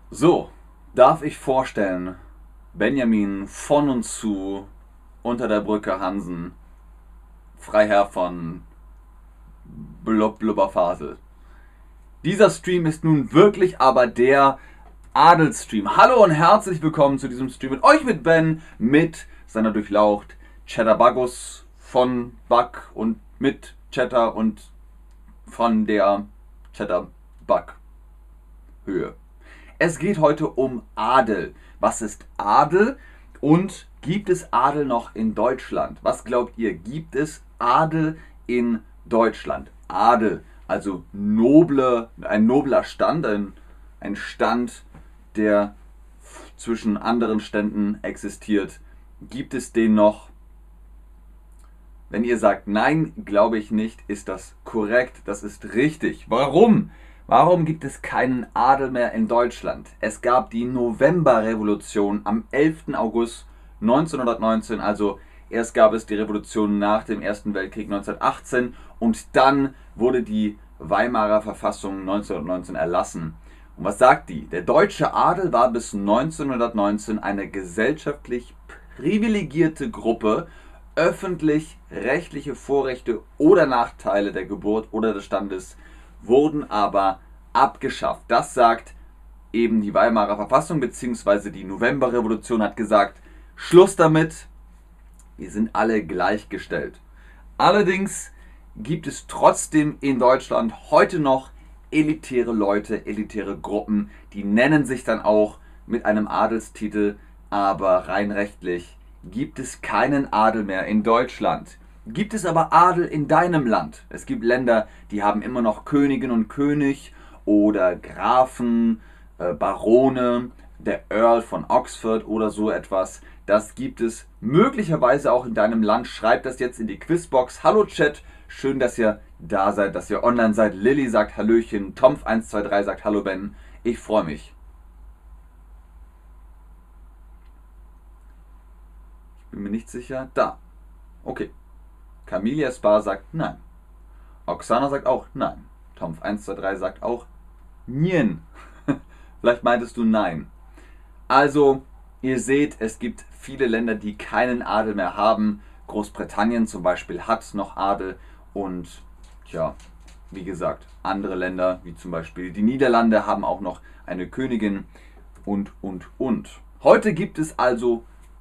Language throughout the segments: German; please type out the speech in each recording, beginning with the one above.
So, darf ich vorstellen, Benjamin von und zu, unter der Brücke Hansen, Freiherr von Blubberfasel. Dieser Stream ist nun wirklich aber der Adelsstream. Hallo und herzlich willkommen zu diesem Stream mit euch, mit Ben, mit seiner Durchlaucht Chatterbuggus von Bug und mit Chatter und von der Chatterbug-Höhe. Es geht heute um Adel. Was ist Adel und gibt es Adel noch in Deutschland? Was glaubt ihr? Gibt es Adel in Deutschland? Adel, also ein nobler Stand, ein Stand, der zwischen anderen Ständen existiert. Gibt es den noch? Wenn ihr sagt, nein, glaube ich nicht, ist das korrekt, das ist richtig. Warum? Warum gibt es keinen Adel mehr in Deutschland? Es gab die Novemberrevolution am 11. August 1919, also erst gab es die Revolution nach dem Ersten Weltkrieg 1918 und dann wurde die Weimarer Verfassung 1919 erlassen. Und was sagt die? Der deutsche Adel war bis 1919 eine gesellschaftlich privilegierte Gruppe. Öffentlich-rechtliche Vorrechte oder Nachteile der Geburt oder des Standes wurden aber abgeschafft. Das sagt eben die Weimarer Verfassung bzw. die Novemberrevolution hat gesagt, Schluss damit, wir sind alle gleichgestellt. Allerdings gibt es trotzdem in Deutschland heute noch elitäre Leute, elitäre Gruppen, die nennen sich dann auch mit einem Adelstitel, aber rein rechtlich gibt es keinen Adel mehr in Deutschland. Gibt es aber Adel in deinem Land? Es gibt Länder, die haben immer noch Königin und König oder Grafen, Barone, der Earl von Oxford oder so etwas. Das gibt es möglicherweise auch in deinem Land. Schreibt das jetzt in die Quizbox. Hallo Chat, schön, dass ihr da seid, dass ihr online seid. Lilly sagt Hallöchen, Tomf123 sagt Hallo Ben. Ich freue mich. Ich bin mir nicht sicher. Da. Okay. Camelia Spa sagt nein. Oksana sagt auch nein. Tomf123 sagt auch nien. Vielleicht meintest du nein. Also, ihr seht, es gibt viele Länder, die keinen Adel mehr haben. Großbritannien zum Beispiel hat noch Adel und, tja, wie gesagt, andere Länder, wie zum Beispiel die Niederlande, haben auch noch eine Königin und. Heute gibt es also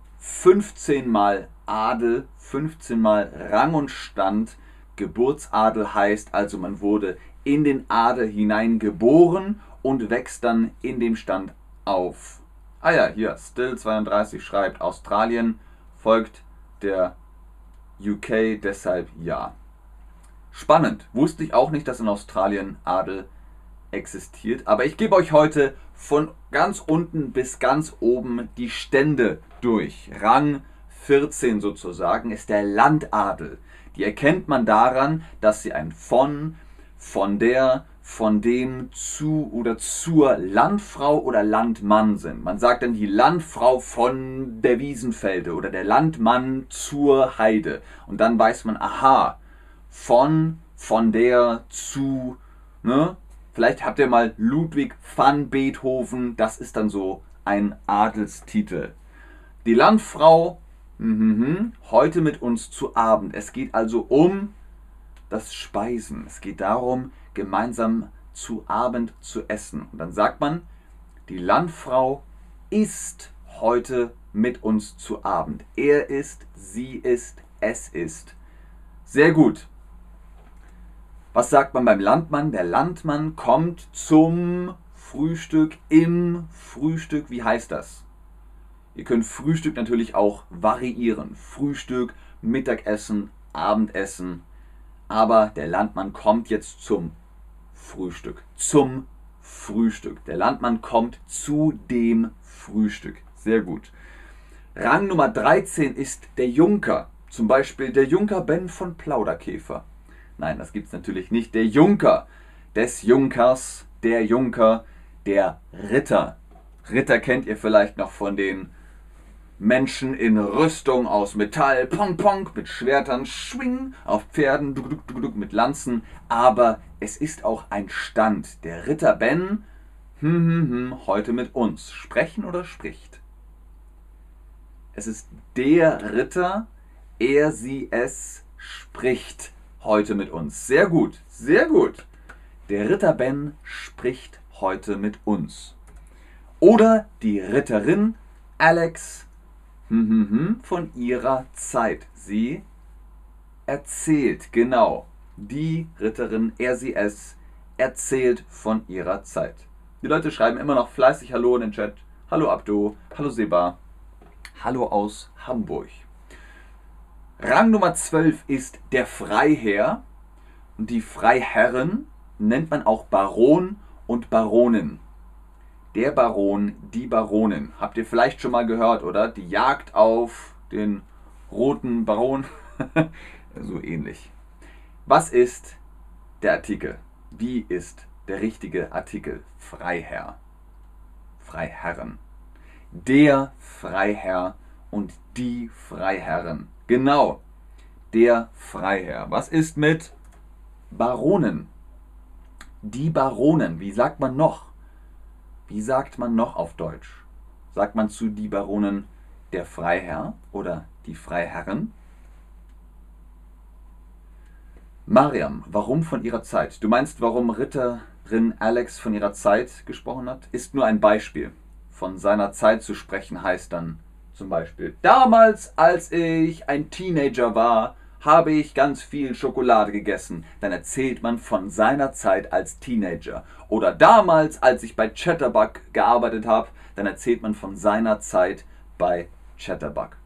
15 Mal Adel, 15 Mal Rang und Stand. Geburtsadel heißt also, man wurde in den Adel hineingeboren und wächst dann in dem Stand auf. Ah ja, hier, Still32 schreibt, Australien folgt der UK, deshalb ja. Spannend, wusste ich auch nicht, dass in Australien Adel existiert. Aber ich gebe euch heute von ganz unten bis ganz oben die Stände durch. Rang 14 sozusagen ist der Landadel. Die erkennt man daran, dass sie ein von der, von dem, zu oder zur Landfrau oder Landmann sind. Man sagt dann die Landfrau von der Wiesenfelde oder der Landmann zur Heide. Und dann weiß man, aha, von der, zu, ne? Vielleicht habt ihr mal Ludwig van Beethoven, das ist dann so ein Adelstitel. Die Landfrau, heute mit uns zu Abend. Es geht also um das Speisen. Es geht darum, gemeinsam zu Abend zu essen. Und dann sagt man, die Landfrau isst heute mit uns zu Abend. Er isst, sie isst, es isst. Sehr gut. Was sagt man beim Landmann? Der Landmann kommt zum Frühstück im Frühstück. Wie heißt das? Ihr könnt Frühstück natürlich auch variieren. Frühstück, Mittagessen, Abendessen. Aber der Landmann kommt jetzt zum Frühstück. Zum Frühstück. Der Landmann kommt zu dem Frühstück. Sehr gut. Rang Nummer 13 ist der Junker. Zum Beispiel der Junker Ben von Plauderkäfer. Nein, das gibt es natürlich nicht. Der Junker des Junkers, der Junker, der Ritter. Ritter kennt ihr vielleicht noch von den Menschen in Rüstung aus Metall, Pong Pong, mit Schwertern, Schwing, auf Pferden, mit Lanzen. Aber es ist auch ein Stand. Der Ritter Ben heute mit uns. Sprechen oder spricht? Es ist der Ritter, er, sie, es spricht heute mit uns. Sehr gut, sehr gut. Der Ritter Ben spricht heute mit uns. Oder die Ritterin Alex von ihrer Zeit. Sie erzählt, genau. Die Ritterin, er, sie, es, erzählt von ihrer Zeit. Die Leute schreiben immer noch fleißig Hallo in den Chat. Hallo Abdo, hallo Seba, hallo aus Hamburg. Rang Nummer 12 ist der Freiherr. Und die Freiherren nennt man auch Baron und Baronin. Der Baron, die Baronin. Habt ihr vielleicht schon mal gehört, oder? Die Jagd auf den roten Baron. So ähnlich. Was ist der Artikel? Wie ist der richtige Artikel? Freiherr. Freiherren. Der Freiherr und die Freiherren. Genau. Der Freiherr. Was ist mit Baronen? Die Baronen. Wie sagt man noch? Wie sagt man noch auf Deutsch? Sagt man zu die Baronen der Freiherr oder die Freiherren? Mariam, warum von ihrer Zeit? Du meinst, warum Ritterin Alex von ihrer Zeit gesprochen hat? Ist nur ein Beispiel. Von seiner Zeit zu sprechen heißt dann zum Beispiel: Damals, als ich ein Teenager war, habe ich ganz viel Schokolade gegessen. Dann erzählt man von seiner Zeit als Teenager. Oder damals, als ich bei Chatterbug gearbeitet habe, dann erzählt man von seiner Zeit bei Chatterbug.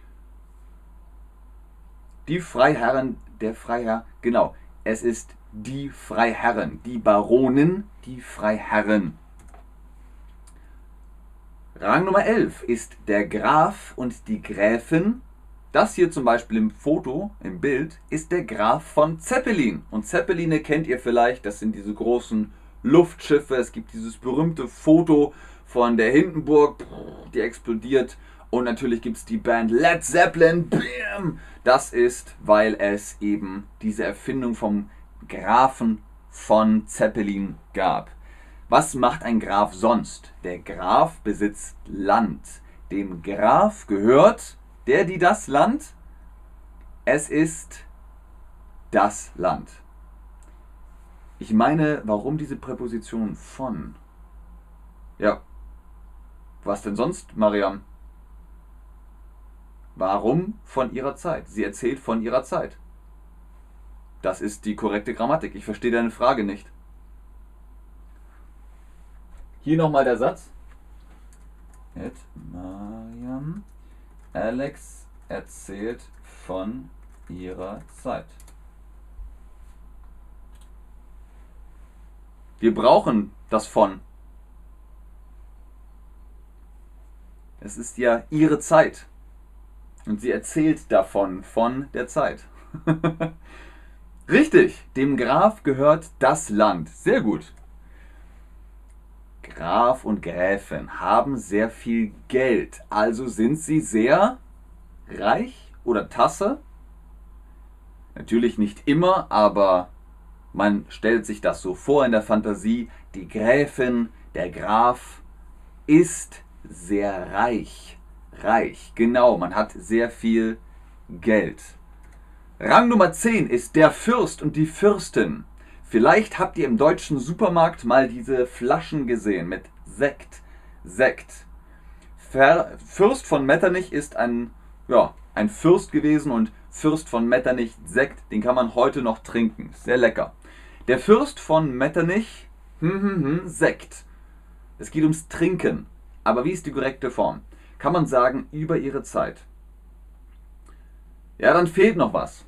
Die Freiherren, der Freiherr, genau, es ist die Freiherren, die Baronin, die Freiherren. Rang Nummer 11 ist der Graf und die Gräfin. Das hier zum Beispiel im Foto, im Bild, ist der Graf von Zeppelin. Und Zeppeline kennt ihr vielleicht, das sind diese großen Luftschiffe. Es gibt dieses berühmte Foto von der Hindenburg, die explodiert. Und natürlich gibt es die Band Led Zeppelin. Das ist, weil es eben diese Erfindung vom Grafen von Zeppelin gab. Was macht ein Graf sonst? Der Graf besitzt Land. Dem Graf gehört die das Land? Es ist das Land. Ich meine, warum diese Präposition von? Ja. Was denn sonst, Mariam? Warum von ihrer Zeit? Sie erzählt von ihrer Zeit. Das ist die korrekte Grammatik. Ich verstehe deine Frage nicht. Hier nochmal der Satz. Mariam. Alex erzählt von ihrer Zeit. Wir brauchen das von. Es ist ja ihre Zeit. Und sie erzählt davon, von der Zeit. Richtig, dem Graf gehört das Land. Sehr gut. Graf und Gräfin haben sehr viel Geld. Also sind sie sehr reich oder Tasse? Natürlich nicht immer, aber man stellt sich das so vor in der Fantasie. Die Gräfin, der Graf ist sehr reich. Reich, genau, man hat sehr viel Geld. Rang Nummer 10 ist der Fürst und die Fürstin. Vielleicht habt ihr im deutschen Supermarkt mal diese Flaschen gesehen mit Sekt. Sekt. Fürst von Metternich ist ein Fürst gewesen und Fürst von Metternich, Sekt, den kann man heute noch trinken. Sehr lecker. Der Fürst von Metternich, Sekt. Es geht ums Trinken. Aber wie ist die korrekte Form? Kann man sagen, über ihre Zeit. Ja, dann fehlt noch was.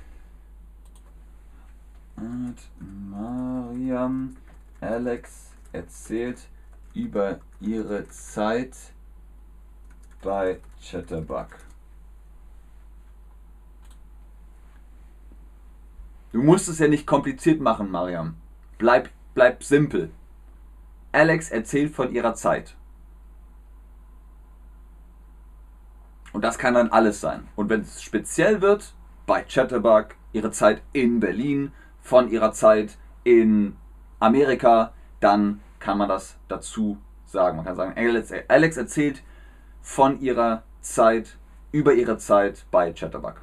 Mariam Alex erzählt über ihre Zeit bei Chatterbug. Du musst es ja nicht kompliziert machen, Mariam. Bleib simpel. Alex erzählt von ihrer Zeit. Und das kann dann alles sein. Und wenn es speziell wird, bei Chatterbug, ihre Zeit in Berlin, von ihrer Zeit in Amerika, dann kann man das dazu sagen. Man kann sagen, Alex erzählt von ihrer Zeit, über ihre Zeit bei Chatterbug.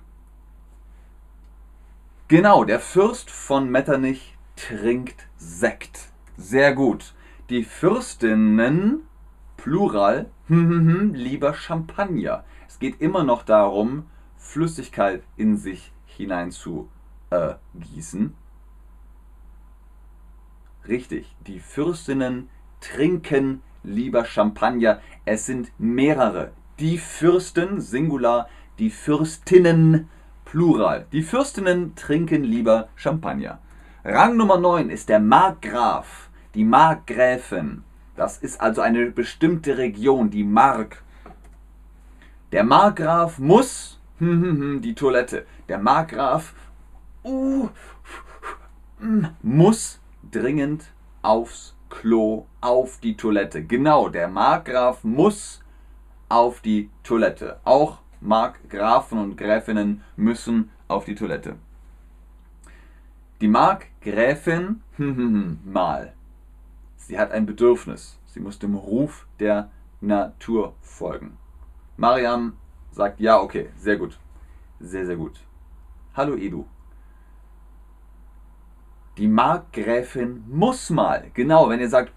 Genau, der Fürst von Metternich trinkt Sekt. Sehr gut. Die Fürstinnen, Plural, lieber Champagner. Es geht immer noch darum, Flüssigkeit in sich hinein zu gießen. Richtig, die Fürstinnen trinken lieber Champagner. Es sind mehrere. Die Fürsten, Singular, die Fürstinnen, Plural. Die Fürstinnen trinken lieber Champagner. Rang Nummer 9 ist der Markgraf, die Markgräfin. Das ist also eine bestimmte Region, die Mark. Der Markgraf muss die Toilette. Der Markgraf muss dringend aufs Klo, auf die Toilette. Genau, der Markgraf muss auf die Toilette. Auch Markgrafen und Gräfinnen müssen auf die Toilette. Die Markgräfin mal. Sie hat ein Bedürfnis. Sie muss dem Ruf der Natur folgen. Mariam sagt ja, okay, sehr gut. Sehr, sehr gut. Hallo Edu. Die Markgräfin muss mal. Genau, wenn ihr sagt,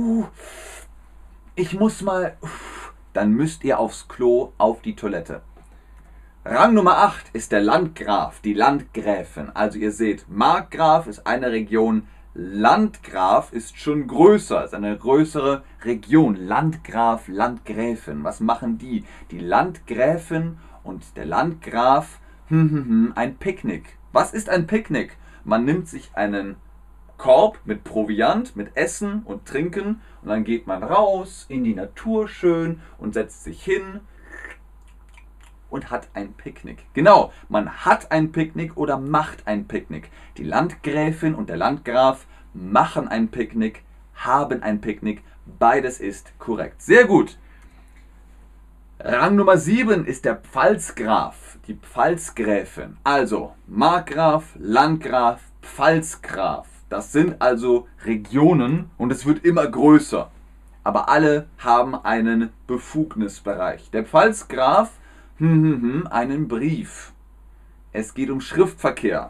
ich muss mal, dann müsst ihr aufs Klo, auf die Toilette. Rang Nummer 8 ist der Landgraf, die Landgräfin. Also ihr seht, Markgraf ist eine Region, Landgraf ist schon größer, ist eine größere Region. Landgraf, Landgräfin, was machen die? Die Landgräfin und der Landgraf, ein Picknick. Was ist ein Picknick? Man nimmt sich einen Korb mit Proviant, mit Essen und Trinken und dann geht man raus in die Natur schön und setzt sich hin und hat ein Picknick. Genau, man hat ein Picknick oder macht ein Picknick. Die Landgräfin und der Landgraf machen ein Picknick, haben ein Picknick. Beides ist korrekt. Sehr gut. Rang Nummer 7 ist der Pfalzgraf, die Pfalzgräfin. Also Markgraf, Landgraf, Pfalzgraf. Das sind also Regionen und es wird immer größer. Aber alle haben einen Befugnisbereich. Der Pfalzgraf einen Brief. Es geht um Schriftverkehr.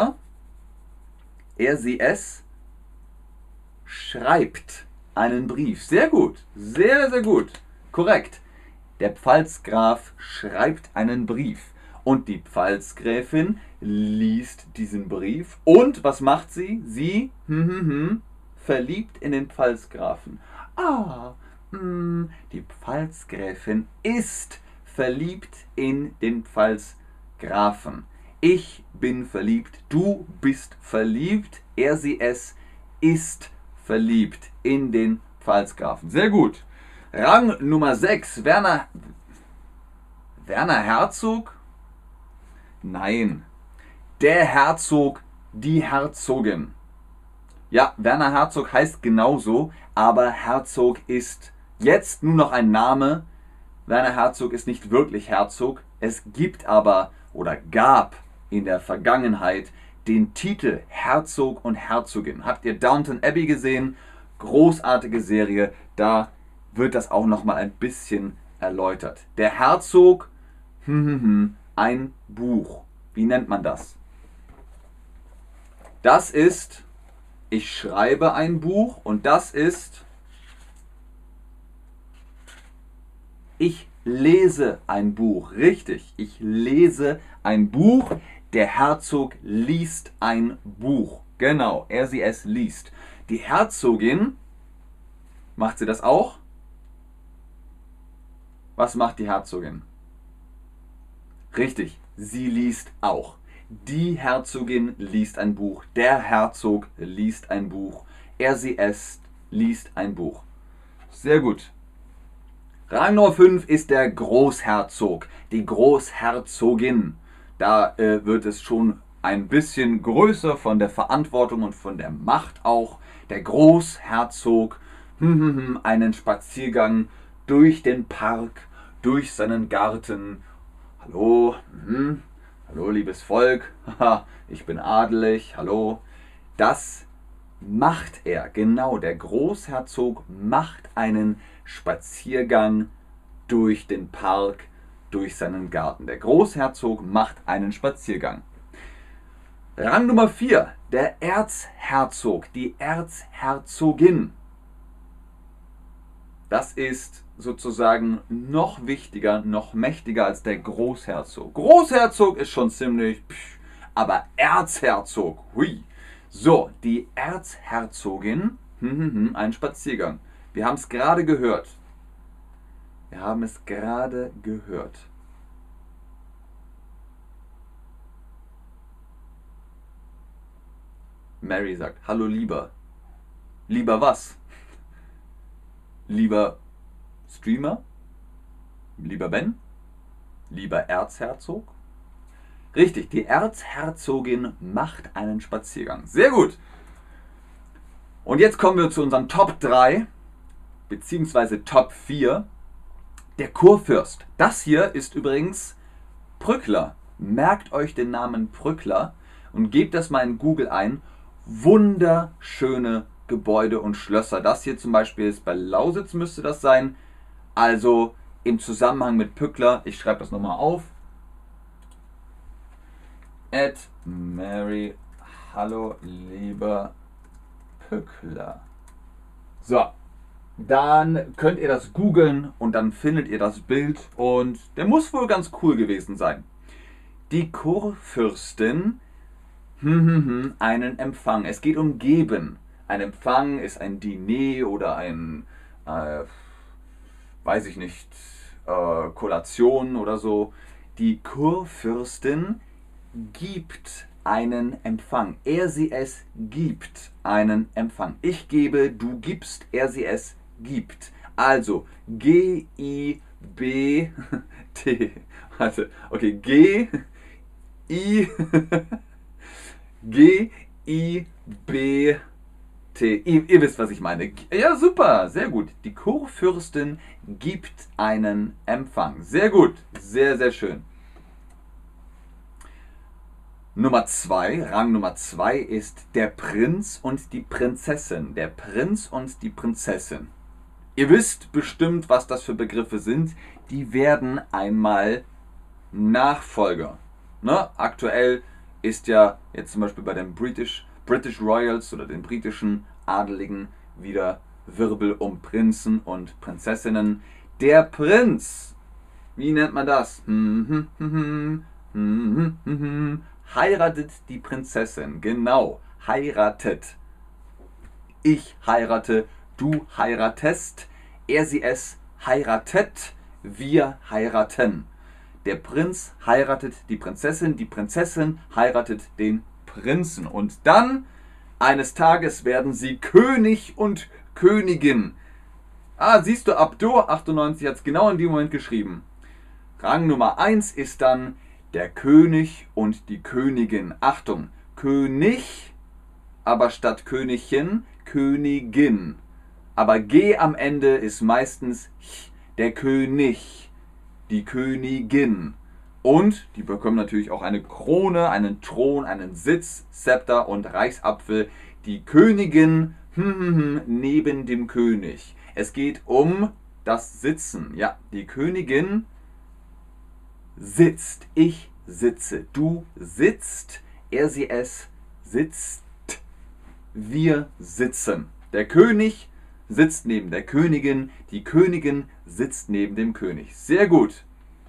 Sie, es schreibt einen Brief. Sehr gut. Sehr, sehr gut. Korrekt. Der Pfalzgraf schreibt einen Brief. Und die Pfalzgräfin liest diesen Brief. Und was macht sie? Sie verliebt in den Pfalzgrafen. Die Pfalzgräfin ist verliebt in den Pfalzgrafen. Ich bin verliebt, du bist verliebt, sie, es ist verliebt in den Pfalzgrafen. Sehr gut. Rang Nummer 6, Werner Herzog? Nein. Der Herzog, die Herzogin. Ja, Werner Herzog heißt genauso, aber Herzog ist jetzt nur noch ein Name. Werner Herzog ist nicht wirklich Herzog. Es gibt aber oder gab in der Vergangenheit den Titel Herzog und Herzogin. Habt ihr Downton Abbey gesehen? Großartige Serie. Da wird das auch noch mal ein bisschen erläutert. Der Herzog, ein Buch. Wie nennt man das? Das ist, ich schreibe ein Buch und das ist, ich lese ein Buch. Richtig, ich lese ein Buch. Der Herzog liest ein Buch. Genau, sie, es liest. Die Herzogin, macht sie das auch? Was macht die Herzogin? Richtig, sie liest auch. Die Herzogin liest ein Buch. Der Herzog liest ein Buch. Sie, es liest ein Buch. Sehr gut. Rang Nummer 5 ist der Großherzog, die Großherzogin. Da wird es schon ein bisschen größer von der Verantwortung und von der Macht auch. Der Großherzog, einen Spaziergang durch den Park, durch seinen Garten. Hallo, hallo liebes Volk, ich bin adelig, hallo. Das macht er. Genau, der Großherzog macht einen Spaziergang durch den Park, durch seinen Garten. Der Großherzog macht einen Spaziergang. Rang Nummer 4, der Erzherzog, die Erzherzogin. Das ist sozusagen noch wichtiger, noch mächtiger als der Großherzog. Großherzog ist schon ziemlich, aber Erzherzog, hui. So, die Erzherzogin, ein Spaziergang. Wir haben es gerade gehört. Wir haben es gerade gehört. Mary sagt, hallo lieber. Lieber was? Lieber Streamer? Lieber Ben? Lieber Erzherzog? Richtig, die Erzherzogin macht einen Spaziergang. Sehr gut. Und jetzt kommen wir zu unseren Top 3, beziehungsweise Top 4. Der Kurfürst. Das hier ist übrigens Brückler. Merkt euch den Namen Brückler und gebt das mal in Google ein. Wunderschöne Gebäude und Schlösser. Das hier zum Beispiel ist bei Lausitz, müsste das sein. Also im Zusammenhang mit Pückler, ich schreibe das nochmal auf. Mary, hallo lieber Pückler. So, dann könnt ihr das googeln und dann findet ihr das Bild und der muss wohl ganz cool gewesen sein. Die Kurfürstin einen Empfang. Es geht um Geben. Ein Empfang ist ein Diner oder ein, weiß ich nicht, Kollation oder so. Die Kurfürstin gibt einen Empfang. Er, sie, es gibt einen Empfang. Ich gebe, du gibst, er, sie, es gibt. Also G-I-B-T. Warte, okay, G-I G-I-B-T. Ihr wisst, was ich meine. Ja, super, sehr gut. Die Kurfürstin gibt einen Empfang. Sehr gut, sehr, sehr schön. Nummer 2, Rang Nummer 2 ist der Prinz und die Prinzessin. Der Prinz und die Prinzessin. Ihr wisst bestimmt, was das für Begriffe sind. Die werden einmal Nachfolger. Ne? Aktuell ist ja jetzt zum Beispiel bei den British Royals oder den britischen Adeligen wieder Wirbel um Prinzen und Prinzessinnen. Der Prinz, wie nennt man das? Heiratet die Prinzessin. Genau, heiratet. Ich heirate, du heiratest, er, sie, es heiratet, wir heiraten. Der Prinz heiratet die Prinzessin heiratet den Prinzen. Und dann, eines Tages, werden sie König und Königin. Ah, siehst du, Abdur 98 hat es genau in dem Moment geschrieben. Rang Nummer 1 ist dann der König und die Königin. Achtung, König, aber statt Königin, Königin. Aber G am Ende ist meistens der König. Die Königin. Und die bekommen natürlich auch eine Krone, einen Thron, einen Sitz, Zepter und Reichsapfel. Die Königin neben dem König. Es geht um das Sitzen. Ja, die Königin sitzt. Ich sitze. Du sitzt. Er, sie, es sitzt. Wir sitzen. Der König sitzt neben der Königin. Die Königin sitzt neben dem König. Sehr gut.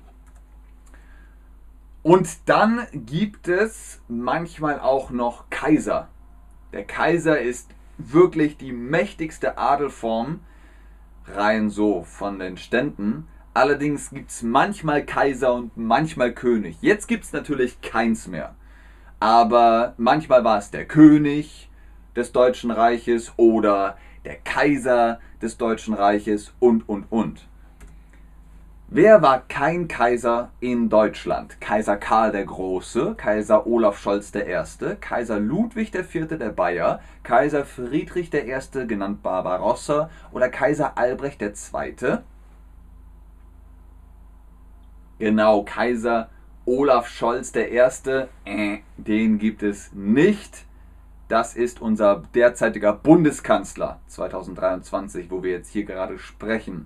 Und dann gibt es manchmal auch noch Kaiser. Der Kaiser ist wirklich die mächtigste Adelform, rein so von den Ständen. Allerdings gibt es manchmal Kaiser und manchmal König. Jetzt gibt es natürlich keins mehr. Aber manchmal war es der König des Deutschen Reiches oder der Kaiser des Deutschen Reiches und. Wer war kein Kaiser in Deutschland? Kaiser Karl der Große, Kaiser Olaf Scholz I., Kaiser Ludwig IV. Der Bayer, Kaiser Friedrich I., genannt Barbarossa, oder Kaiser Albrecht II.? Genau, Kaiser Olaf Scholz I., den gibt es nicht. Das ist unser derzeitiger Bundeskanzler 2023, wo wir jetzt hier gerade sprechen.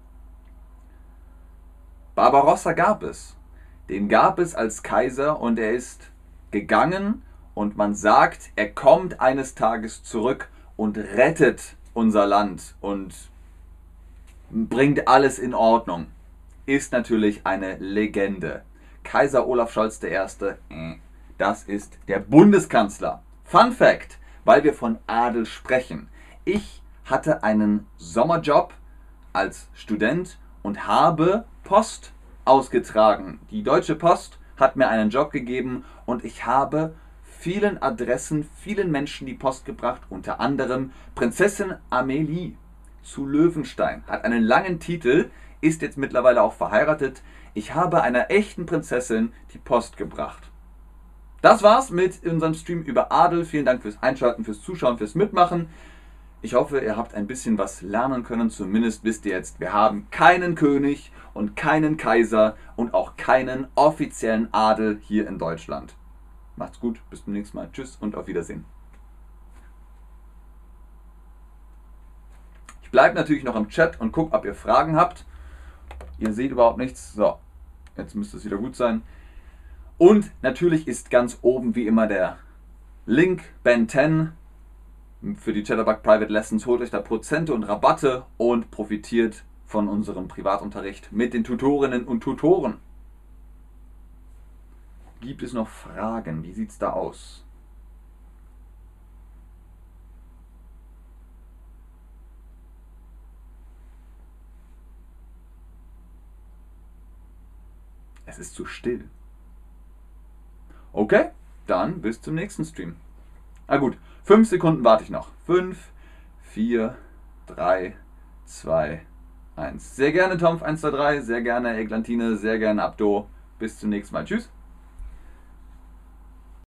Barbarossa gab es. Den gab es als Kaiser und er ist gegangen und man sagt, er kommt eines Tages zurück und rettet unser Land und bringt alles in Ordnung. Ist natürlich eine Legende. Kaiser Olaf Scholz I., das ist der Bundeskanzler. Fun Fact, weil wir von Adel sprechen. Ich hatte einen Sommerjob als Student und habe Post ausgetragen. Die Deutsche Post hat mir einen Job gegeben und ich habe vielen Adressen, vielen Menschen die Post gebracht, unter anderem Prinzessin Amelie zu Löwenstein. Hat einen langen Titel, ist jetzt mittlerweile auch verheiratet. Ich habe einer echten Prinzessin die Post gebracht. Das war's mit unserem Stream über Adel. Vielen Dank fürs Einschalten, fürs Zuschauen, fürs Mitmachen. Ich hoffe, ihr habt ein bisschen was lernen können. Zumindest wisst ihr jetzt, wir haben keinen König und keinen Kaiser und auch keinen offiziellen Adel hier in Deutschland. Macht's gut, bis zum nächsten Mal. Tschüss und auf Wiedersehen. Ich bleibe natürlich noch im Chat und gucke, ob ihr Fragen habt. Ihr seht überhaupt nichts. So, jetzt müsste es wieder gut sein. Und natürlich ist ganz oben wie immer der Link Ben 10 für die Chatterbug Private Lessons. Holt euch da Prozente und Rabatte und profitiert von unserem Privatunterricht mit den Tutorinnen und Tutoren. Gibt es noch Fragen? Wie sieht es da aus? Es ist zu still. Okay, dann bis zum nächsten Stream. Na gut, 5 Sekunden warte ich noch. 5, 4, 3, 2, 1. Sehr gerne Tomf123, sehr gerne Eglantine, sehr gerne Abdo. Bis zum nächsten Mal. Tschüss.